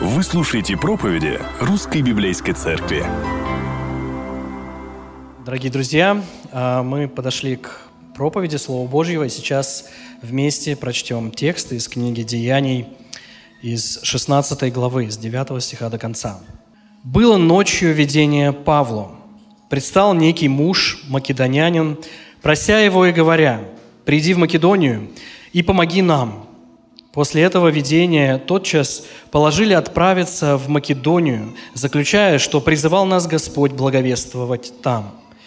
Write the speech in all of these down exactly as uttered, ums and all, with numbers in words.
Вы слушаете проповеди Русской Библейской Церкви. Дорогие друзья, мы подошли к проповеди Слова Божьего, и сейчас вместе прочтем текст из книги Деяний, из шестнадцатой главы, с девятого стиха до конца. «Было ночью видение Павлу. Предстал некий муж, македонянин, прося его и говоря: „Приди в Македонию и помоги нам“. После этого видения тотчас положили отправиться в Македонию, заключая, что призывал нас Господь благовествовать там.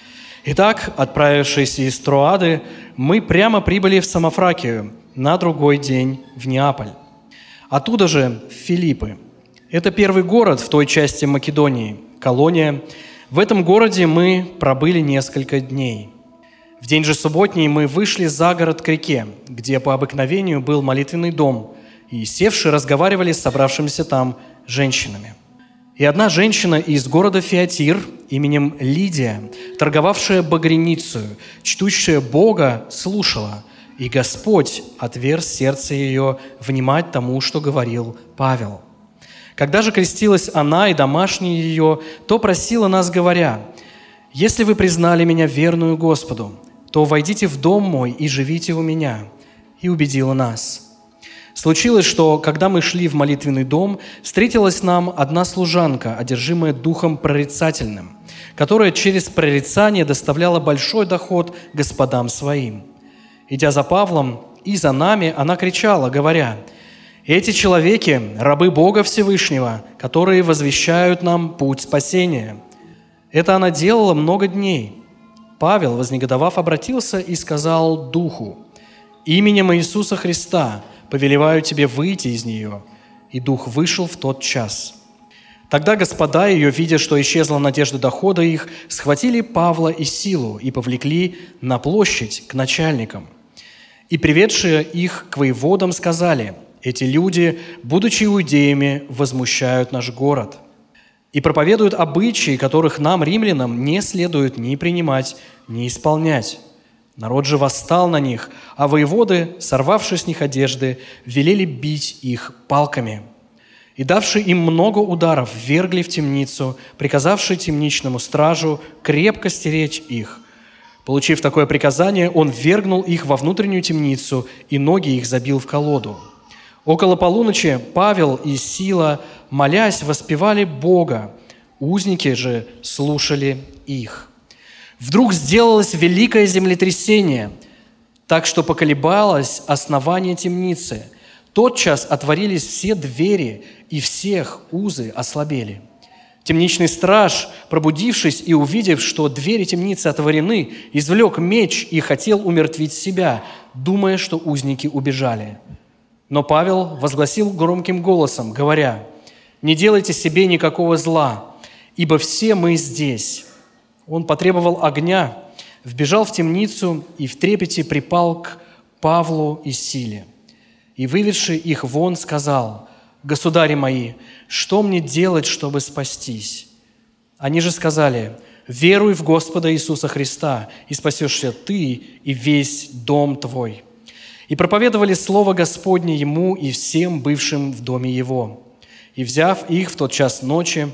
Итак, отправившись из Троады, мы прямо прибыли в Самофракию, на другой день в Неаполь. Оттуда же в Филиппы. Это первый город в той части Македонии, колония. В этом городе мы пробыли несколько дней. В день же субботний мы вышли за город к реке, где по обыкновению был молитвенный дом, и, севши, разговаривали с собравшимися там женщинами. И одна женщина из города Фиатир именем Лидия, торговавшая багряницею, чтущая Бога, слушала, и Господь отверз сердце ее внимать тому, что говорил Павел. Когда же крестилась она и домашние ее, то просила нас, говоря: „Если вы признали меня верную Господу, то войдите в дом мой и живите у меня“, и убедила нас. Случилось, что, когда мы шли в молитвенный дом, встретилась нам одна служанка, одержимая духом прорицательным, которая через прорицание доставляла большой доход господам своим. Идя за Павлом и за нами, она кричала, говоря: „Эти человеки – рабы Бога Всевышнего, которые возвещают нам путь спасения“. Это она делала много дней. Павел, вознегодовав, обратился и сказал духу: „Именем Иисуса Христа повелеваю тебе выйти из нее“. И дух вышел в тот час. Тогда господа ее, видя, что исчезла надежда дохода их, схватили Павла и Силу и повлекли на площадь к начальникам. И, приведшие их к воеводам, сказали: „Эти люди, будучи иудеями, возмущают наш город и проповедуют обычаи, которых нам, римлянам, не следует ни принимать, ни исполнять“. Народ же восстал на них, а воеводы, сорвавши с них одежды, велели бить их палками. И, давши им много ударов, ввергли в темницу, приказавши темничному стражу крепко стеречь их. Получив такое приказание, он ввергнул их во внутреннюю темницу и ноги их забил в колоду. Около полуночи Павел и Сила, молясь, воспевали Бога, узники же слушали их. Вдруг сделалось великое землетрясение, так что поколебалось основание темницы. Тотчас отворились все двери, и всех узы ослабели. Темничный страж, пробудившись и увидев, что двери темницы отворены, извлек меч и хотел умертвить себя, думая, что узники убежали. Но Павел возгласил громким голосом, говоря: „Не делайте себе никакого зла, ибо все мы здесь“. Он потребовал огня, вбежал в темницу и в трепете припал к Павлу и Силе. И, выведши их вон, сказал: „Государи мои, что мне делать, чтобы спастись?“ Они же сказали: „Веруй в Господа Иисуса Христа, и спасешься ты и весь дом твой“. И проповедовали слово Господне ему и всем бывшим в доме его. И, взяв их в тот час ночи,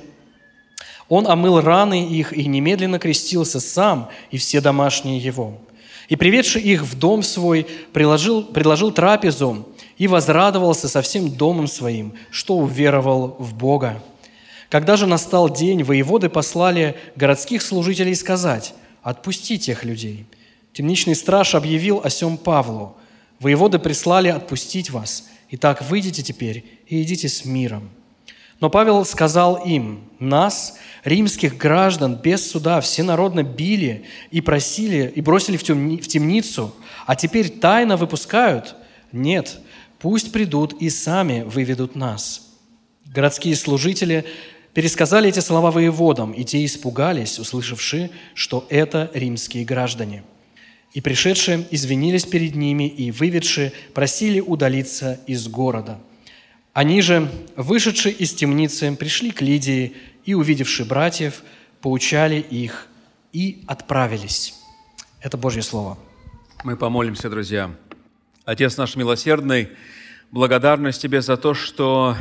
он омыл раны их и немедленно крестился сам и все домашние его. И, приведши их в дом свой, приложил, предложил трапезу и возрадовался со всем домом своим, что уверовал в Бога. Когда же настал день, воеводы послали городских служителей сказать: „Отпусти тех людей“. Темничный страж объявил о сем Павлу: „Воеводы прислали отпустить вас. Итак, выйдите теперь и идите с миром“. Но Павел сказал им: „Нас, римских граждан, без суда всенародно били и просили, и бросили в темницу, а теперь тайно выпускают? Нет, пусть придут и сами выведут нас“. Городские служители пересказали эти слова воеводам, и те испугались, услышавши, что это римские граждане. И пришедшие извинились перед ними, и, выведши, просили удалиться из города. Они же, вышедши из темницы, пришли к Лидии и, увидевши братьев, поучали их и отправились. Это Божье Слово. Мы помолимся, друзья. Отец наш милосердный, благодарность Тебе за то, что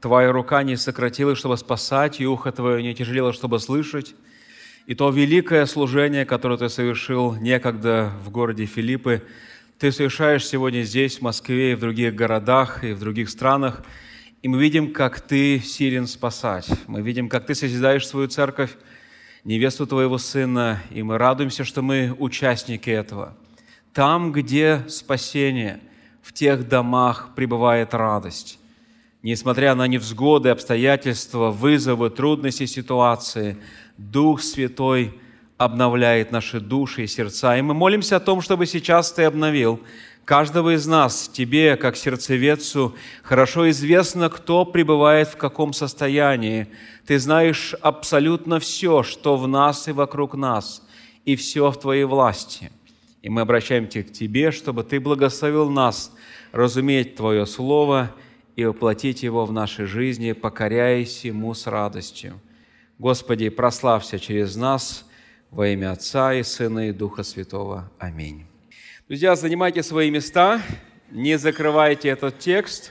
Твоя рука не сократилась, чтобы спасать, и ухо Твое не тяжелело, чтобы слышать. И то великое служение, которое Ты совершил некогда в городе Филиппы, Ты совершаешь сегодня здесь, в Москве, и в других городах, и в других странах. И мы видим, как Ты силен спасать. Мы видим, как Ты созидаешь свою церковь, невесту Твоего Сына, и мы радуемся, что мы участники этого. Там, где спасение, в тех домах пребывает радость. Несмотря на невзгоды, обстоятельства, вызовы, трудности ситуации, Дух Святой обновляет наши души и сердца. И мы молимся о том, чтобы сейчас Ты обновил каждого из нас. Тебе, как сердцеведцу, хорошо известно, кто пребывает в каком состоянии. Ты знаешь абсолютно все, что в нас и вокруг нас, и все в Твоей власти. И мы обращаемся к Тебе, чтобы Ты благословил нас разуметь Твое Слово и воплотить его в нашей жизни, покоряясь Ему с радостью. Господи, прославься через нас во имя Отца и Сына и Духа Святого. Аминь. Друзья, занимайте свои места, не закрывайте этот текст.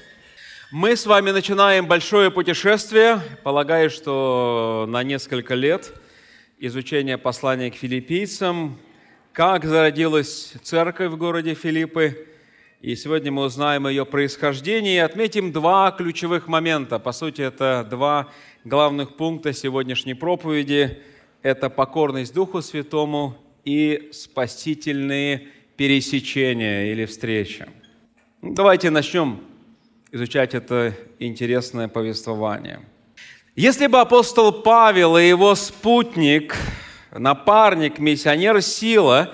Мы с вами начинаем большое путешествие, полагаю, что на несколько лет, изучение послания к филиппийцам, как зародилась церковь в городе Филиппы. И сегодня мы узнаем ее происхождение и отметим два ключевых момента. По сути, это два главных пункта сегодняшней проповеди. Это покорность Духу Святому и спасительные пересечения или встречи. Давайте начнем изучать это интересное повествование. Если бы апостол Павел и его спутник, напарник, миссионер Сила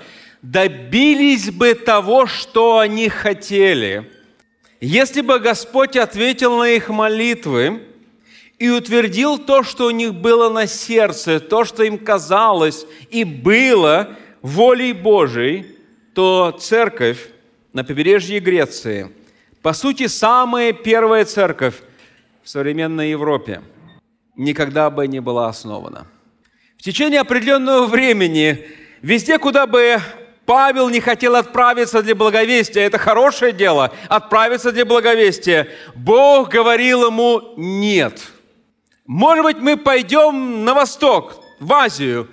добились бы того, что они хотели, если бы Господь ответил на их молитвы и утвердил то, что у них было на сердце, то, что им казалось и было волей Божией, то церковь на побережье Греции, по сути, самая первая церковь в современной Европе, никогда бы не была основана. В течение определенного времени, везде, куда бы Павел не хотел отправиться для благовестия, это хорошее дело, отправиться для благовестия, Бог говорил ему «нет». Может быть, мы пойдем на восток, в Азию,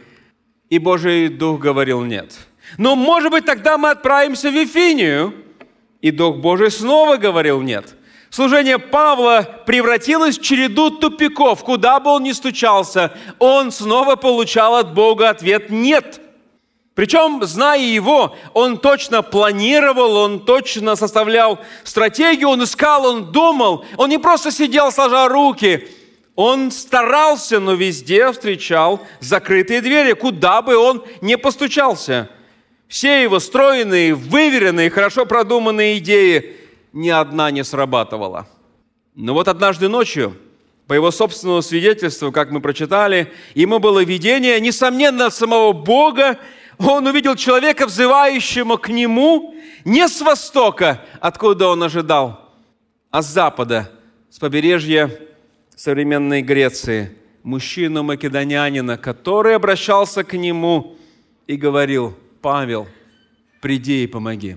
и Божий Дух говорил «нет». Но, может быть, тогда мы отправимся в Вифинию, и Дух Божий снова говорил «нет». Служение Павла превратилось в череду тупиков. Куда бы он ни стучался, он снова получал от Бога ответ «нет». Причем, зная его, он точно планировал, он точно составлял стратегию, он искал, он думал. Он не просто сидел, сложа руки. Он старался, но везде встречал закрытые двери, куда бы он ни постучался. Все его стройные, выверенные, хорошо продуманные идеи, ни одна не срабатывала. Но вот однажды ночью, по его собственному свидетельству, как мы прочитали, ему было видение, несомненно, от самого Бога. Он увидел человека, взывающего к нему не с востока, откуда он ожидал, а с запада, с побережья современной Греции, мужчину-македонянина, который обращался к нему и говорил: «Павел, приди и помоги,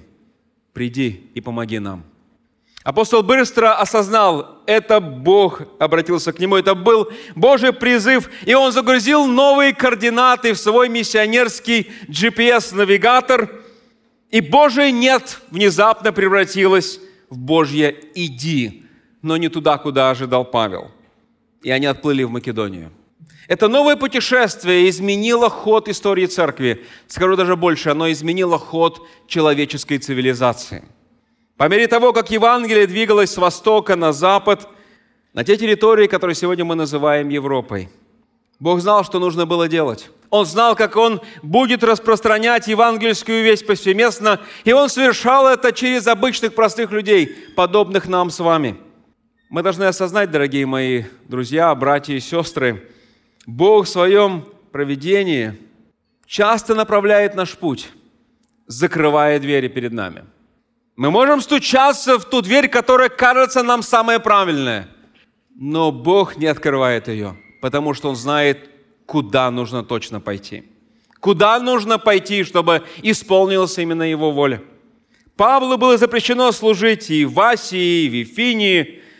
приди и помоги нам». Апостол быстро осознал, это Бог обратился к нему, это был Божий призыв, и он загрузил новые координаты в свой миссионерский джи пи эс-навигатор, и Божие «нет» внезапно превратилось в Божье «иди», но не туда, куда ожидал Павел. И они отплыли в Македонию. Это новое путешествие изменило ход истории церкви. Скажу даже больше, оно изменило ход человеческой цивилизации. По мере того, как Евангелие двигалось с востока на запад, на те территории, которые сегодня мы называем Европой, Бог знал, что нужно было делать. Он знал, как Он будет распространять евангельскую весть повсеместно, и Он совершал это через обычных простых людей, подобных нам с вами. Мы должны осознать, дорогие мои друзья, братья и сестры, Бог в своем провидении часто направляет наш путь, закрывая двери перед нами. Мы можем стучаться в ту дверь, которая кажется нам самая правильная, но Бог не открывает ее, потому что Он знает, куда нужно точно пойти. Куда нужно пойти, чтобы исполнилась именно Его воля. Павлу было запрещено служить и в Асии, и в Вифинии,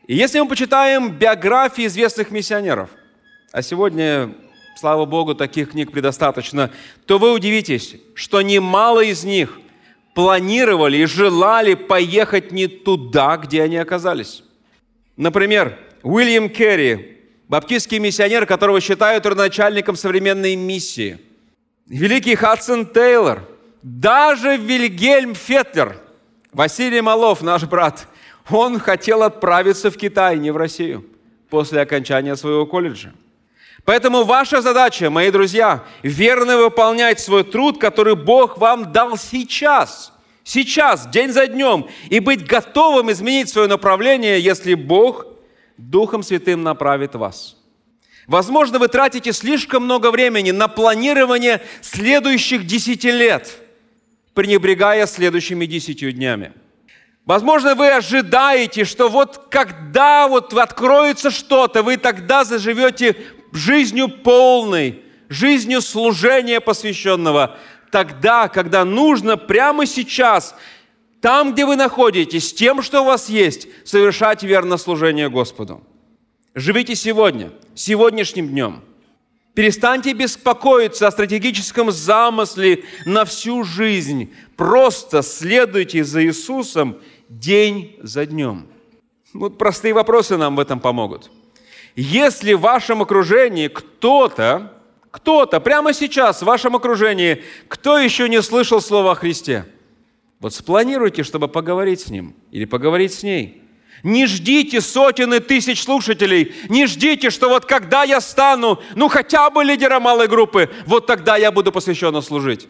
И если мы почитаем биографии известных миссионеров, а сегодня, слава Богу, таких книг предостаточно, то вы удивитесь, что немало из них планировали и желали поехать не туда, где они оказались. Например, Уильям Керри, баптистский миссионер, которого считают родоначальником современной миссии. Великий Хадсон Тейлор, даже Вильгельм Фетлер, Василий Малов, наш брат, он хотел отправиться в Китай, не в Россию, после окончания своего колледжа. Поэтому ваша задача, мои друзья, верно выполнять свой труд, который Бог вам дал сейчас, сейчас, день за днем, и быть готовым изменить свое направление, если Бог Духом Святым направит вас. Возможно, вы тратите слишком много времени на планирование следующих десяти лет, пренебрегая следующими десятью днями. Возможно, вы ожидаете, что вот когда вот откроется что-то, вы тогда заживете жизнью полной, жизнью служения посвященного, тогда, когда нужно прямо сейчас, там, где вы находитесь, тем, что у вас есть, совершать верно служение Господу. Живите сегодня, сегодняшним днем. Перестаньте беспокоиться о стратегическом замысле на всю жизнь. Просто следуйте за Иисусом день за днем. Вот простые вопросы нам в этом помогут. Если в вашем окружении кто-то, кто-то прямо сейчас в вашем окружении, кто еще не слышал слова о Христе, вот спланируйте, чтобы поговорить с ним или поговорить с ней. Не ждите сотен и тысяч слушателей, не ждите, что вот когда я стану, ну хотя бы лидером малой группы, вот тогда я буду посвященно служить.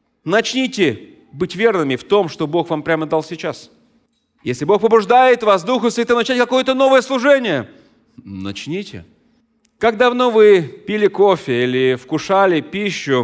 Начните быть верными в том, что Бог вам прямо дал сейчас. Если Бог побуждает вас, Духу Святым, начать какое-то новое служение, начните. Как давно вы пили кофе или вкушали пищу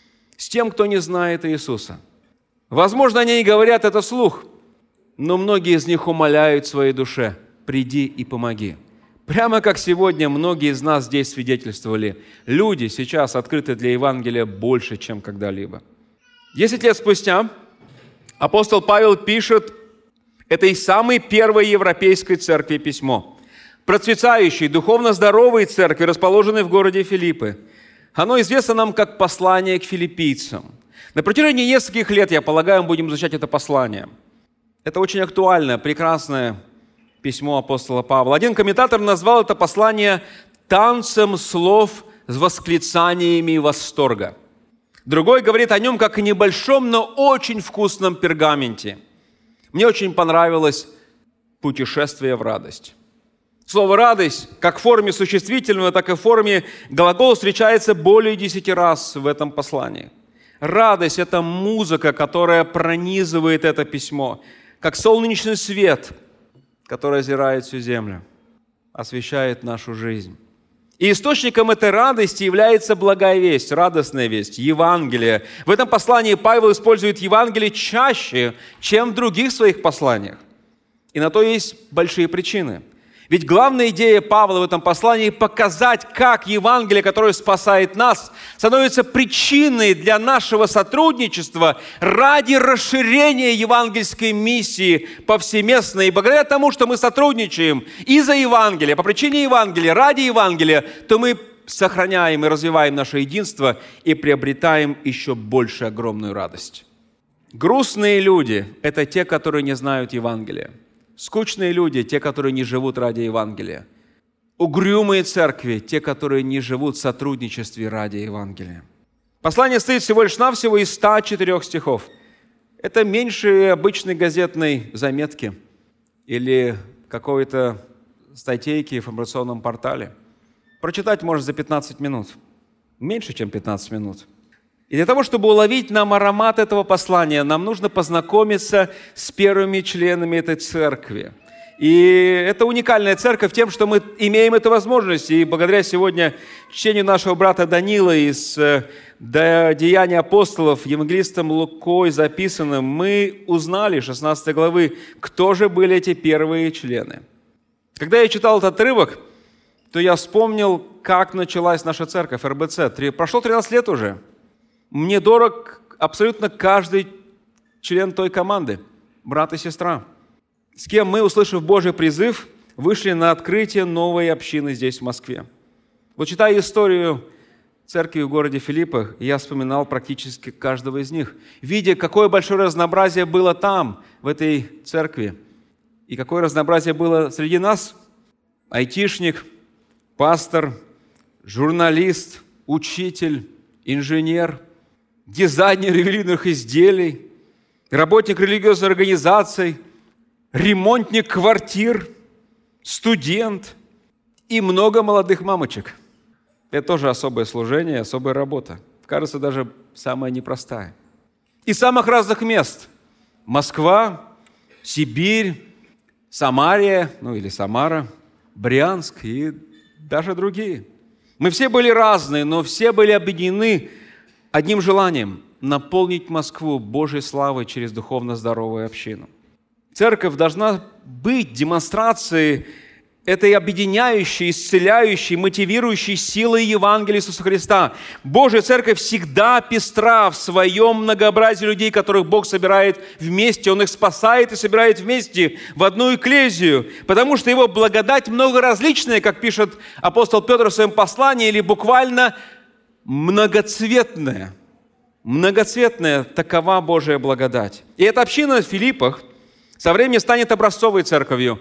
с тем, кто не знает Иисуса? Возможно, они и говорят это вслух, но многие из них умоляют в своей душе: «Приди и помоги». Прямо как сегодня многие из нас здесь свидетельствовали, люди сейчас открыты для Евангелия больше, чем когда-либо. Десять лет спустя апостол Павел пишет этой самой первой европейской церкви письмо, процветающей, духовно здоровой церкви, расположенной в городе Филиппы. Оно известно нам как послание к филиппийцам. На протяжении нескольких лет, я полагаю, мы будем изучать это послание. Это очень актуальное, прекрасное письмо апостола Павла. Один комментатор назвал это послание «танцем слов с восклицаниями восторга». Другой говорит о нем как о небольшом, но очень вкусном пергаменте. Мне очень понравилось «путешествие в радость». Слово «радость» как в форме существительного, так и в форме глагола встречается более десяти раз в этом послании. Радость – это музыка, которая пронизывает это письмо, как солнечный свет, который озирает всю землю, освещает нашу жизнь. И источником этой радости является благая весть, радостная весть, Евангелие. В этом послании Павел использует Евангелие чаще, чем в других своих посланиях. И на то есть большие причины. Ведь главная идея Павла в этом послании – показать, как Евангелие, которое спасает нас, становится причиной для нашего сотрудничества ради расширения евангельской миссии повсеместно. И благодаря тому, что мы сотрудничаем из-за Евангелия, по причине Евангелия, ради Евангелия, то мы сохраняем и развиваем наше единство и приобретаем еще больше огромную радость. Грустные люди – это те, которые не знают Евангелия. Скучные люди – те, которые не живут ради Евангелия. Угрюмые церкви – те, которые не живут в сотрудничестве ради Евангелия. Послание состоит всего лишь навсего из ста четырёх стихов. Это меньше обычной газетной заметки или какой-то статейки в информационном портале. Прочитать можно за пятнадцать минут. Меньше, чем пятнадцать минут. И для того, чтобы уловить нам аромат этого послания, нам нужно познакомиться с первыми членами этой церкви. И это уникальная церковь тем, что мы имеем эту возможность. И благодаря сегодня чтению нашего брата Данила из Деяний апостолов, евангелистом Лукой записанным, мы узнали шестнадцатой главы, кто же были эти первые члены. Когда я читал этот отрывок, то я вспомнил, как началась наша церковь, эр бэ цэ. Прошло тринадцать лет уже. Мне дорог абсолютно каждый член той команды, брат и сестра, с кем мы, услышав Божий призыв, вышли на открытие новой общины здесь, в Москве. Вот читая историю церкви в городе Филиппах, я вспоминал практически каждого из них, видя, какое большое разнообразие было там, в этой церкви, и какое разнообразие было среди нас. Айтишник, пастор, журналист, учитель, инженер, дизайнер ювелирных изделий, работник религиозной организации, ремонтник квартир, студент и много молодых мамочек. Это тоже особое служение, особая работа. Кажется, даже самая непростая. Из самых разных мест. Москва, Сибирь, Самария, ну или Самара, Брянск и даже другие. Мы все были разные, но все были объединены одним желанием – наполнить Москву Божьей славой через духовно здоровую общину. Церковь должна быть демонстрацией этой объединяющей, исцеляющей, мотивирующей силой Евангелия Иисуса Христа. Божья Церковь всегда пестра в своем многообразии людей, которых Бог собирает вместе. Он их спасает и собирает вместе в одну экклезию, потому что Его благодать многоразличная, как пишет апостол Петр в своем послании, или буквально многоцветная. Многоцветная такова Божья благодать. И эта община в Филиппах со временем станет образцовой церковью.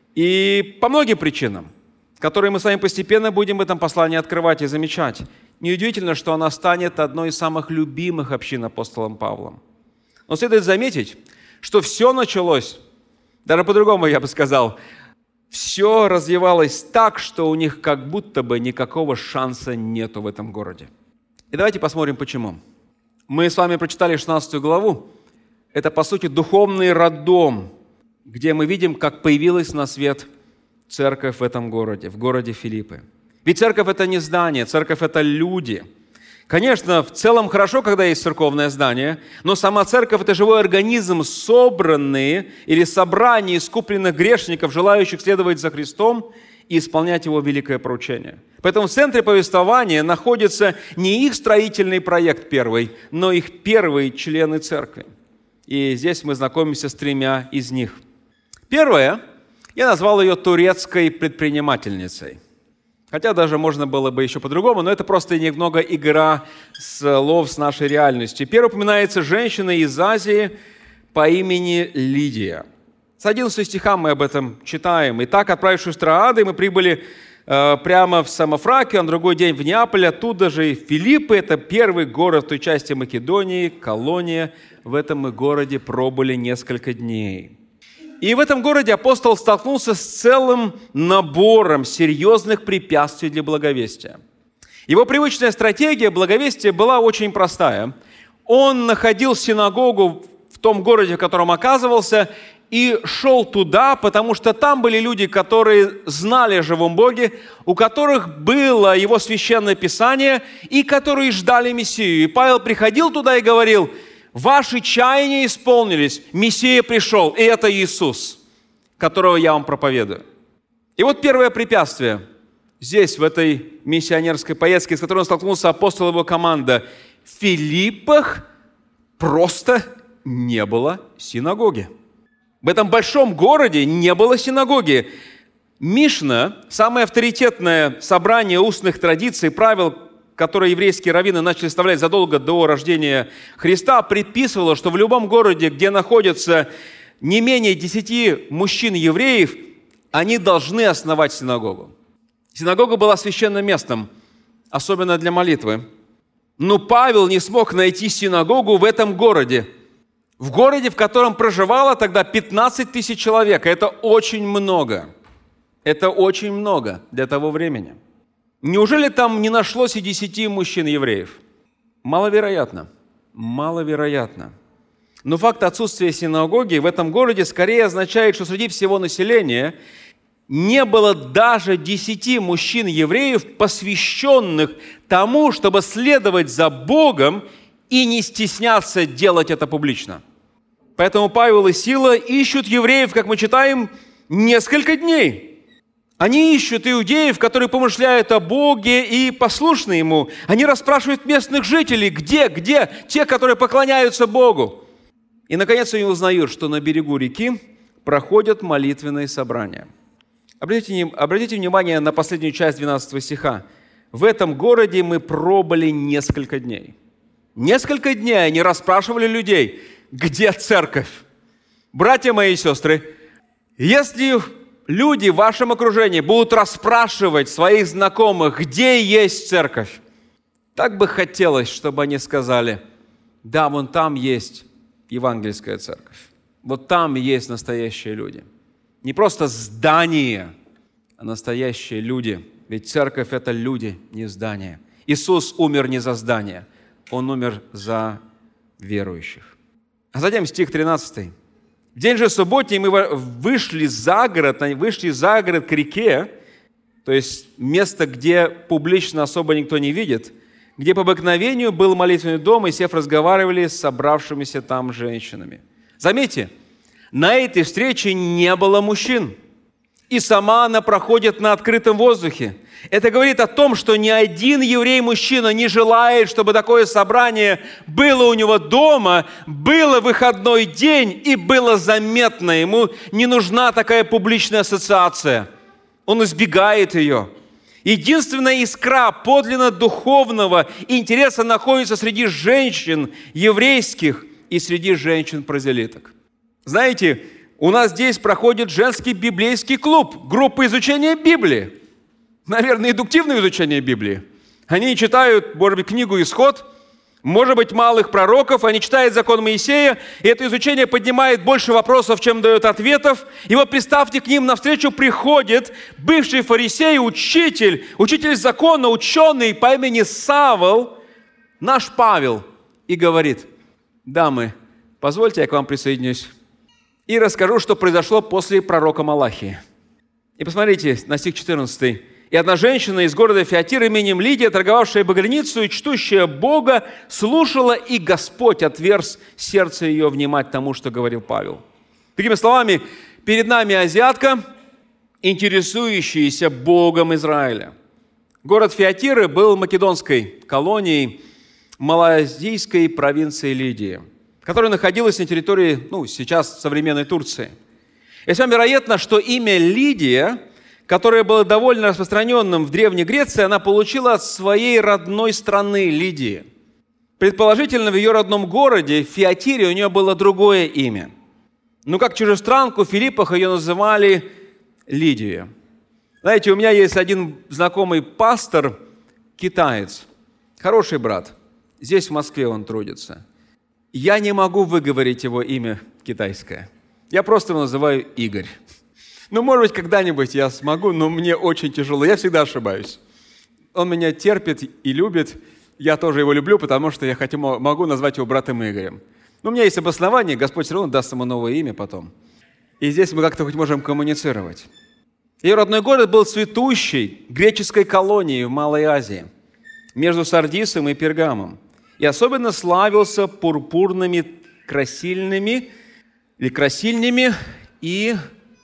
И по многим причинам, которые мы с вами постепенно будем в этом послании открывать и замечать. Неудивительно, что она станет одной из самых любимых общин апостолом Павлом. Но следует заметить, что все началось, даже по-другому я бы сказал, все развивалось так, что у них как будто бы никакого шанса нету в этом городе. И давайте посмотрим, почему. Мы с вами прочитали шестнадцатую главу. Это, по сути, духовный роддом, где мы видим, как появилась на свет церковь в этом городе, в городе Филиппы. Ведь церковь – это не здание, церковь – это люди. Конечно, в целом хорошо, когда есть церковное здание, но сама церковь – это живой организм, собранный или собрание искупленных грешников, желающих следовать за Христом и исполнять Его великое поручение. Поэтому в центре повествования находится не их строительный проект первый, но их первые члены церкви. И здесь мы знакомимся с тремя из них. Первое, я назвал ее турецкой предпринимательницей. Хотя даже можно было бы еще по-другому, но это просто немного игра слов с нашей реальностью. Первое упоминается женщина из Азии по имени Лидия. С одиннадцатого стиха мы об этом читаем. «Итак, отправившись в Троады, мы прибыли э, прямо в Самофракию, а на другой день в Неаполь, оттуда же и Филиппы, это первый город в той части Македонии, колония. В этом мы городе пробыли несколько дней». И в этом городе апостол столкнулся с целым набором серьезных препятствий для благовестия. Его привычная стратегия благовестия была очень простая. Он находил синагогу в том городе, в котором оказывался, и шел туда, потому что там были люди, которые знали о живом Боге, у которых было Его священное Писание, и которые ждали Мессию. И Павел приходил туда и говорил: «Ваши чаяния исполнились, Мессия пришел, и это Иисус, которого я вам проповедую». И вот первое препятствие здесь, в этой миссионерской поездке, с которой он столкнулся апостол и его команда. В Филиппах просто не было синагоги. В этом большом городе не было синагоги. Мишна, самое авторитетное собрание устных традиций, правил, которые еврейские раввины начали составлять задолго до рождения Христа, предписывало, что в любом городе, где находятся не менее десяти мужчин-евреев, они должны основать синагогу. Синагога была священным местом, особенно для молитвы. Но Павел не смог найти синагогу в этом городе. В городе, в котором проживало тогда пятнадцать тысяч человек. Это очень много. Это очень много для того времени. Неужели там не нашлось и десяти мужчин-евреев? Маловероятно. Маловероятно. Но факт отсутствия синагоги в этом городе скорее означает, что среди всего населения не было даже десяти мужчин-евреев, посвященных тому, чтобы следовать за Богом и не стесняться делать это публично. Поэтому Павел и Сила ищут евреев, как мы читаем, несколько дней. Они ищут иудеев, которые помышляют о Боге и послушны Ему. Они расспрашивают местных жителей, где, где те, которые поклоняются Богу. И, наконец, они узнают, что на берегу реки проходят молитвенные собрания. Обратите, обратите внимание на последнюю часть двенадцатого стиха. В этом городе мы пробыли несколько дней. Несколько дней они расспрашивали людей, где церковь. Братья мои и сестры, если люди в вашем окружении будут расспрашивать своих знакомых, где есть церковь, так бы хотелось, чтобы они сказали, да, вон там есть евангельская церковь. Вот там есть настоящие люди. Не просто здание, а настоящие люди. Ведь церковь – это люди, не здания. Иисус умер не за здание, Он умер за верующих. А затем стих тринадцатый. В день же субботний мы вышли за город, вышли за город к реке, то есть место, где публично особо никто не видит, где по обыкновению был молитвенный дом, и сев разговаривали с собравшимися там женщинами. Заметьте, на этой встрече не было мужчин. И сама она проходит на открытом воздухе. Это говорит о том, что ни один еврей-мужчина не желает, чтобы такое собрание было у него дома, было выходной день и было заметно. Ему не нужна такая публичная ассоциация. Он избегает ее. Единственная искра подлинно духовного интереса находится среди женщин еврейских и среди женщин-прозелиток. Знаете, у нас здесь проходит женский библейский клуб, группа изучения Библии. Наверное, индуктивное изучение Библии. Они читают, может быть, книгу «Исход», может быть, малых пророков, они читают закон Моисея, и это изучение поднимает больше вопросов, чем дает ответов. И вот представьте, к ним навстречу приходит бывший фарисей, учитель, учитель закона, ученый по имени Савл, наш Павел, и говорит, дамы, позвольте, я к вам присоединюсь и расскажу, что произошло после пророка Малахии. И посмотрите на стих четырнадцатый. «И одна женщина из города Фиатир именем Лидия, торговавшая багряницу и чтущая Бога, слушала, и Господь отверз сердце ее внимать тому, что говорил Павел». Другими словами, перед нами азиатка, интересующаяся Богом Израиля. Город Фиатиры был македонской колонией малазийской провинции Лидии, которая находилась на территории, ну, сейчас современной Турции. И весьма вероятно, что имя Лидия, которое было довольно распространенным в Древней Греции, она получила от своей родной страны Лидии. Предположительно, в ее родном городе, Фиатире, у нее было другое имя. Но как чужестранку в Филиппах ее называли Лидия. Знаете, у меня есть один знакомый пастор, китаец, хороший брат. Здесь, в Москве, он трудится. Я не могу выговорить его имя китайское. Я просто его называю Игорь. Ну, может быть, когда-нибудь я смогу, но мне очень тяжело. Я всегда ошибаюсь. Он меня терпит и любит. Я тоже его люблю, потому что я хотя могу назвать его братом Игорем. Но у меня есть обоснование, Господь все равно даст ему новое имя потом. И здесь мы как-то хоть можем коммуницировать. Ее родной город был цветущей греческой колонией в Малой Азии, между Сардисом и Пергамом. И особенно славился пурпурными красильными или красильнями и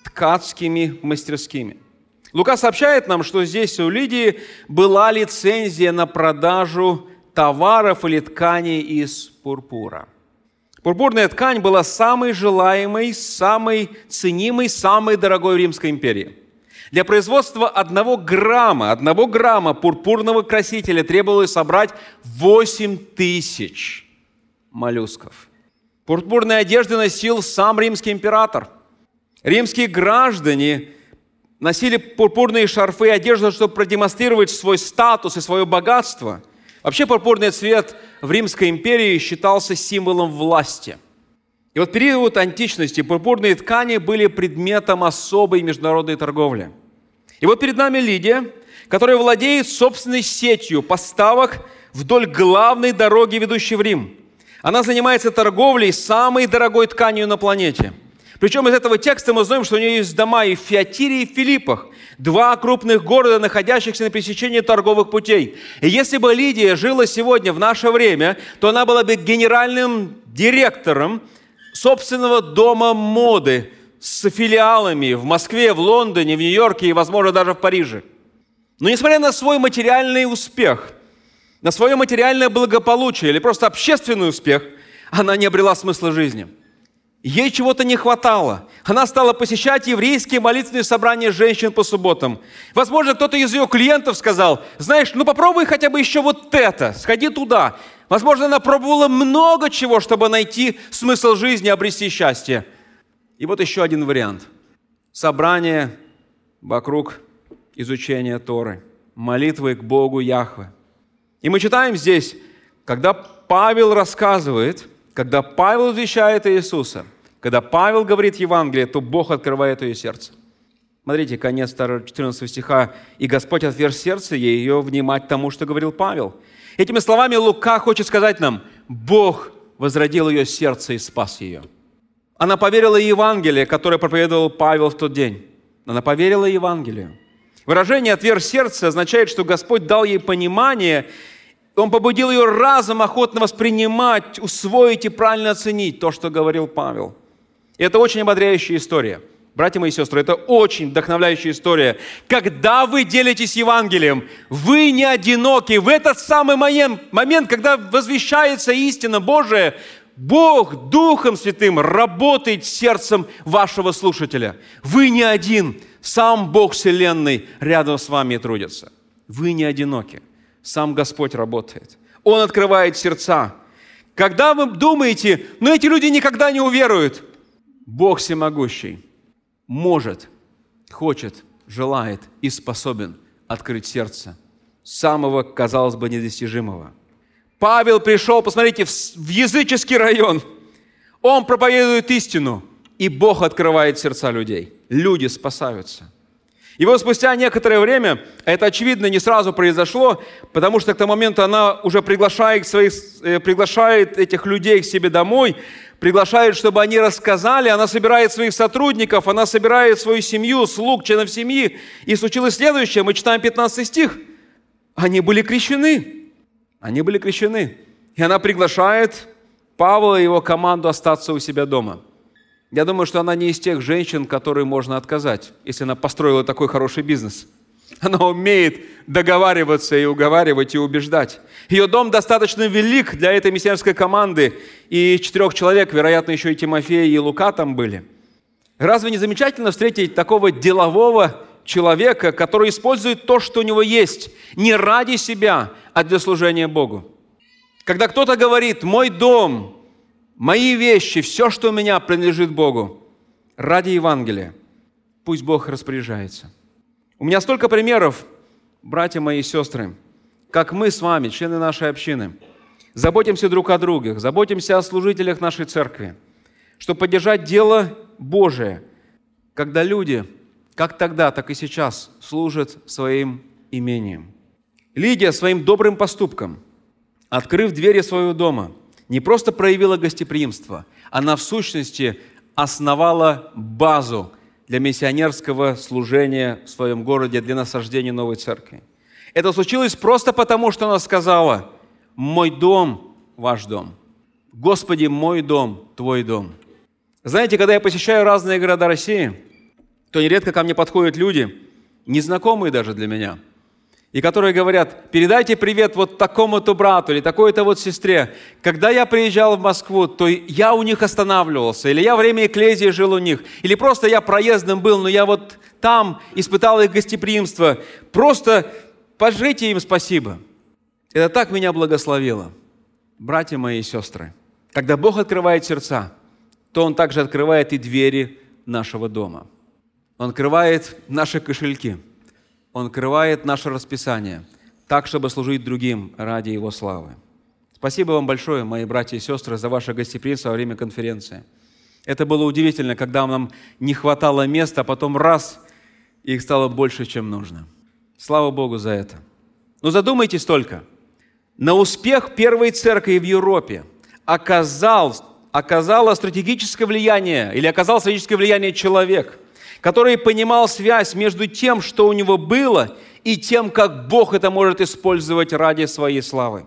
ткацкими мастерскими. Лука сообщает нам, что здесь у Лидии была лицензия на продажу товаров или тканей из пурпура. Пурпурная ткань была самой желаемой, самой ценимой, самой дорогой в Римской империи. Для производства одного грамма, одного грамма пурпурного красителя требовалось собрать восемь тысяч моллюсков. Пурпурные одежды носил сам римский император. Римские граждане носили пурпурные шарфы и одежду, чтобы продемонстрировать свой статус и свое богатство. Вообще пурпурный цвет в Римской империи считался символом власти. И вот в период античности пурпурные ткани были предметом особой международной торговли. И вот перед нами Лидия, которая владеет собственной сетью поставок вдоль главной дороги, ведущей в Рим. Она занимается торговлей самой дорогой тканью на планете. Причем из этого текста мы знаем, что у нее есть дома и в Фиатире, и в Филиппах. Два крупных города, находящихся на пересечении торговых путей. И если бы Лидия жила сегодня, в наше время, то она была бы генеральным директором собственного дома моды с филиалами в Москве, в Лондоне, в Нью-Йорке и, возможно, даже в Париже. Но несмотря на свой материальный успех, на свое материальное благополучие или просто общественный успех, она не обрела смысла жизни. Ей чего-то не хватало. Она стала посещать еврейские молитвенные собрания женщин по субботам. Возможно, кто-то из ее клиентов сказал: знаешь, ну попробуй хотя бы еще вот это, сходи туда. Возможно, она пробовала много чего, чтобы найти смысл жизни, обрести счастье. И вот еще один вариант. Собрание вокруг изучения Торы, молитвы к Богу Яхве. И мы читаем здесь, когда Павел рассказывает, когда Павел извещает Иисуса, когда Павел говорит Евангелие, то Бог открывает ее сердце. Смотрите, конец четырнадцатого стиха. «И Господь отверз сердце ей, ее внимать тому, что говорил Павел». Этими словами Лука хочет сказать нам: Бог возродил ее сердце и спас ее. Она поверила Евангелию, которое проповедовал Павел в тот день. Она поверила Евангелию. Выражение «отверз сердце» означает, что Господь дал ей понимание, Он побудил ее разом охотно воспринимать, усвоить и правильно оценить то, что говорил Павел. И это очень ободряющая история. Братья мои и сестры, это очень вдохновляющая история. Когда вы делитесь Евангелием, вы не одиноки. В этот самый момент, когда возвещается истина Божия, Бог Духом Святым работает сердцем вашего слушателя. Вы не один. Сам Бог Вселенной рядом с вами трудится. Вы не одиноки. Сам Господь работает. Он открывает сердца. Когда вы думаете, ну эти люди никогда не уверуют, Бог Всемогущий может, хочет, желает и способен открыть сердце самого, казалось бы, недостижимого. Павел пришел, посмотрите, в языческий район. Он проповедует истину, и Бог открывает сердца людей. Люди спасаются. И вот спустя некоторое время, это, очевидно, не сразу произошло, потому что к тому моменту она уже приглашает, своих, приглашает этих людей к себе домой, приглашает, чтобы они рассказали, она собирает своих сотрудников, она собирает свою семью, слуг, членов семьи. И случилось следующее, мы читаем пятнадцатый стих. Они были крещены. Они были крещены. И она приглашает Павла и его команду остаться у себя дома. Я думаю, что она не из тех женщин, которые можно отказать, если она построила такой хороший бизнес. Она умеет договариваться и уговаривать, и убеждать. Ее дом достаточно велик для этой миссионерской команды, и четырех человек, вероятно, еще и Тимофей и Лука там были. Разве не замечательно встретить такого делового человека, который использует то, что у него есть, не ради себя, а для служения Богу? Когда кто-то говорит: «Мой дом, мои вещи, все, что у меня, принадлежит Богу», ради Евангелия, пусть Бог распоряжается. У меня столько примеров, братья мои и сестры, как мы с вами, члены нашей общины, заботимся друг о друге, заботимся о служителях нашей церкви, чтобы поддержать дело Божие, когда люди, как тогда, так и сейчас, служат своим имением. Лидия своим добрым поступком, открыв двери своего дома, не просто проявила гостеприимство, она в сущности основала базу для миссионерского служения в своем городе, для насаждения новой церкви. Это случилось просто потому, что она сказала: «Мой дом – ваш дом. Господи, мой дом – твой дом». Знаете, когда я посещаю разные города России, то нередко ко мне подходят люди, незнакомые даже для меня, и которые говорят: передайте привет вот такому-то брату или такой-то вот сестре. Когда я приезжал в Москву, то я у них останавливался, или я во время экклезии жил у них, или просто я проездом был, но я вот там испытал их гостеприимство. Просто пожите им спасибо. Это так меня благословило. Братья мои и сестры, когда Бог открывает сердца, то Он также открывает и двери нашего дома. Он открывает наши кошельки. Он открывает наше расписание так, чтобы служить другим ради Его славы. Спасибо вам большое, мои братья и сестры, за ваше гостеприимство во время конференции. Это было удивительно, когда нам не хватало места, а потом раз, и их стало больше, чем нужно. Слава Богу за это. Но задумайтесь только. На успех первой церкви в Европе оказал, оказало стратегическое влияние, или оказал стратегическое влияние человек, который понимал связь между тем, что у него было, и тем, как Бог это может использовать ради своей славы.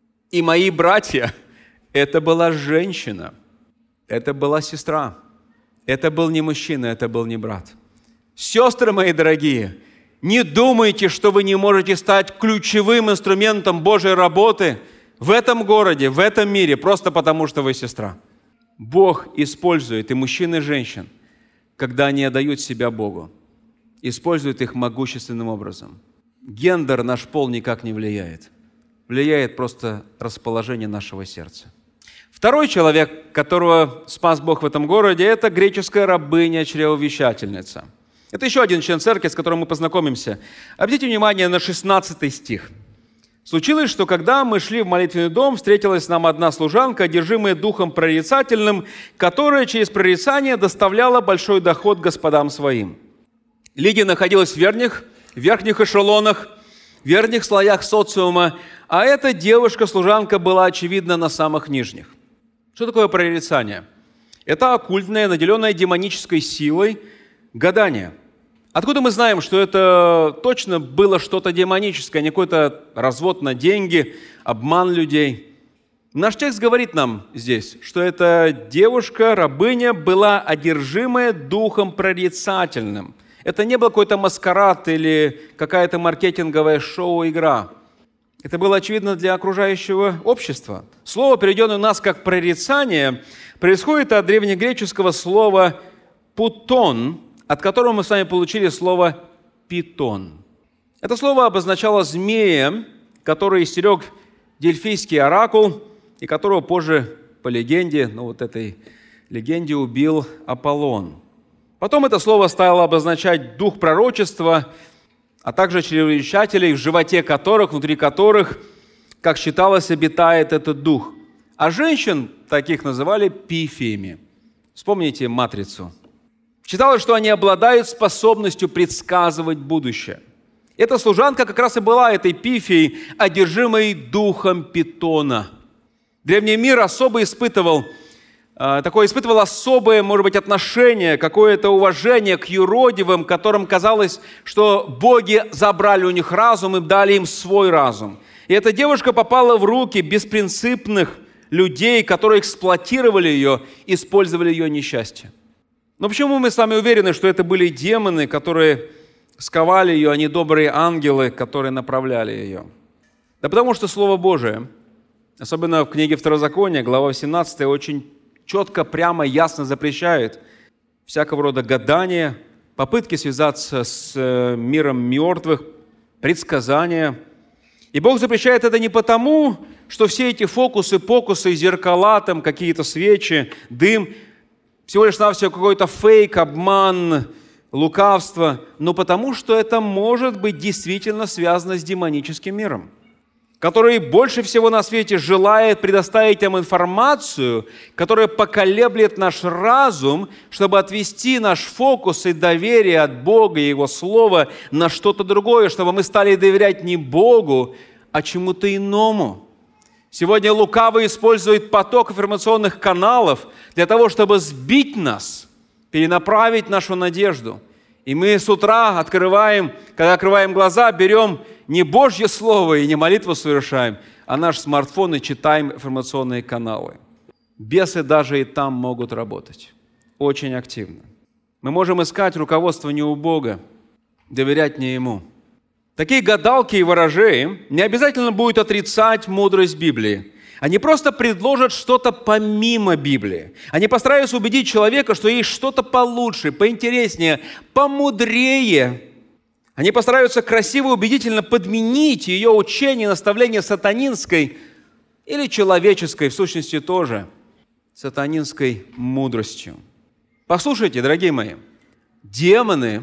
И мои братья, это была женщина, это была сестра, это был не мужчина, это был не брат. Сестры мои дорогие, не думайте, что вы не можете стать ключевым инструментом Божьей работы в этом городе, в этом мире, просто потому что вы сестра. Бог использует и мужчин, и женщин, когда они отдают себя Богу, использует их могущественным образом. Гендер, наш пол, никак не влияет. Влияет просто расположение нашего сердца. Второй человек, которого спас Бог в этом городе, это греческая рабыня-чревовещательница. Это еще один член церкви, с которым мы познакомимся. Обратите внимание на шестнадцатый стих. «Случилось, что когда мы шли в молитвенный дом, встретилась нам одна служанка, одержимая духом прорицательным, которая через прорицание доставляла большой доход господам своим». Лидия находилась в верхних, в верхних эшелонах, в верхних слоях социума, а эта девушка-служанка была, очевидно, на самых нижних. Что такое прорицание? Это оккультное, наделенное демонической силой гадание. Откуда мы знаем, что это точно было что-то демоническое, не какой-то развод на деньги, обман людей? Наш текст говорит нам здесь, что эта девушка, рабыня, была одержимая духом прорицательным. Это не был какой-то маскарад или какая-то маркетинговая шоу-игра. Это было очевидно для окружающего общества. Слово, переведенное у нас как «прорицание», происходит от древнегреческого слова «путон», от которого мы с вами получили слово «питон». Это слово обозначало змея, который истерег дельфийский оракул, и которого позже, по легенде, ну вот этой легенде, убил Аполлон. Потом это слово стало обозначать дух пророчества, а также чревовещателей, в животе которых, внутри которых, как считалось, обитает этот дух. А женщин таких называли пифиями. Вспомните «Матрицу». Считалось, что они обладают способностью предсказывать будущее. Эта служанка как раз и была этой пифией, одержимой духом Питона. Древний мир особо испытывал, э, такое испытывал особое, может быть, отношение, какое-то уважение к юродивым, которым казалось, что боги забрали у них разум и дали им свой разум. И эта девушка попала в руки беспринципных людей, которые эксплуатировали ее, использовали ее несчастье. Но почему мы с вами уверены, что это были демоны, которые сковали ее, а не добрые ангелы, которые направляли ее? Да потому что Слово Божие, особенно в книге Второзакония, глава восемнадцатая, очень четко, прямо, ясно запрещает всякого рода гадания, попытки связаться с миром мертвых, предсказания. И Бог запрещает это не потому, что все эти фокусы, покусы, зеркала, там какие-то свечи, дым – всего лишь навсего какой-то фейк, обман, лукавство, но потому, что это может быть действительно связано с демоническим миром, который больше всего на свете желает предоставить нам информацию, которая поколеблет наш разум, чтобы отвести наш фокус и доверие от Бога и Его Слова на что-то другое, чтобы мы стали доверять не Богу, а чему-то иному. Сегодня лукавый использует поток информационных каналов для того, чтобы сбить нас, перенаправить нашу надежду. И мы с утра открываем, когда открываем глаза, берем не Божье Слово и не молитву совершаем, а наш смартфон и читаем информационные каналы. Бесы даже и там могут работать. Очень активно. Мы можем искать руководство не у Бога, доверять не Ему. Такие гадалки и ворожеи не обязательно будут отрицать мудрость Библии. Они просто предложат что-то помимо Библии. Они постараются убедить человека, что есть что-то получше, поинтереснее, помудрее. Они постараются красиво и убедительно подменить ее учение и наставление сатанинской или человеческой, в сущности тоже, сатанинской мудростью. Послушайте, дорогие мои, демоны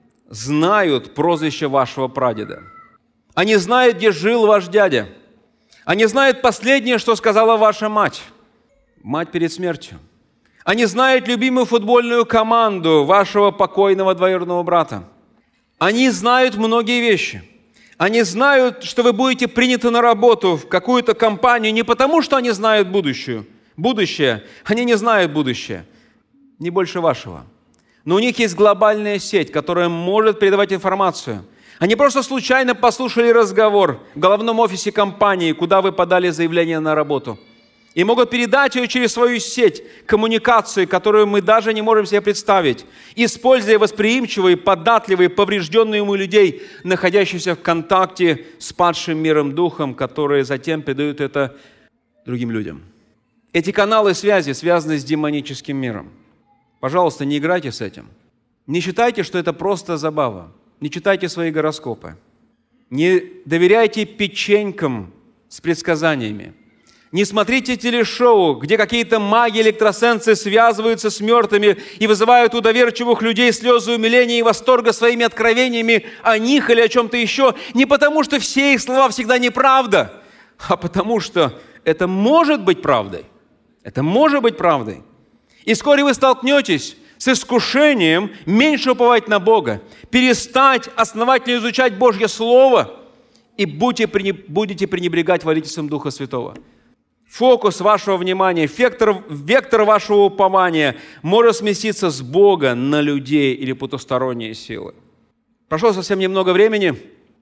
знают прозвище вашего прадеда. Они знают, где жил ваш дядя. Они знают последнее, что сказала ваша мать. Мать перед смертью. Они знают любимую футбольную команду вашего покойного двоюродного брата. Они знают многие вещи. Они знают, что вы будете приняты на работу в какую-то компанию не потому, что они знают будущее. Будущее. Они не знают будущее. Не больше вашего. Но у них есть глобальная сеть, которая может передавать информацию. Они просто случайно послушали разговор в головном офисе компании, куда вы подали заявление на работу. И могут передать ее через свою сеть, коммуникацию, которую мы даже не можем себе представить, используя восприимчивые, податливые, поврежденные умы людей, находящихся в контакте с падшим миром духом, которые затем передают это другим людям. Эти каналы связи связаны с демоническим миром. Пожалуйста, не играйте с этим. Не считайте, что это просто забава. Не читайте свои гороскопы. Не доверяйте печенькам с предсказаниями. Не смотрите телешоу, где какие-то маги, экстрасенсы связываются с мертвыми и вызывают у доверчивых людей слезы умиления и восторга своими откровениями о них или о чем-то еще. Не потому, что все их слова всегда неправда, а потому, что это может быть правдой. Это может быть правдой. И вскоре вы столкнетесь с искушением меньше уповать на Бога, перестать основательно изучать Божье Слово и будете пренебрегать водительством Духа Святого. Фокус вашего внимания, вектор, вектор вашего упования может сместиться с Бога на людей или потусторонние силы. Прошло совсем немного времени,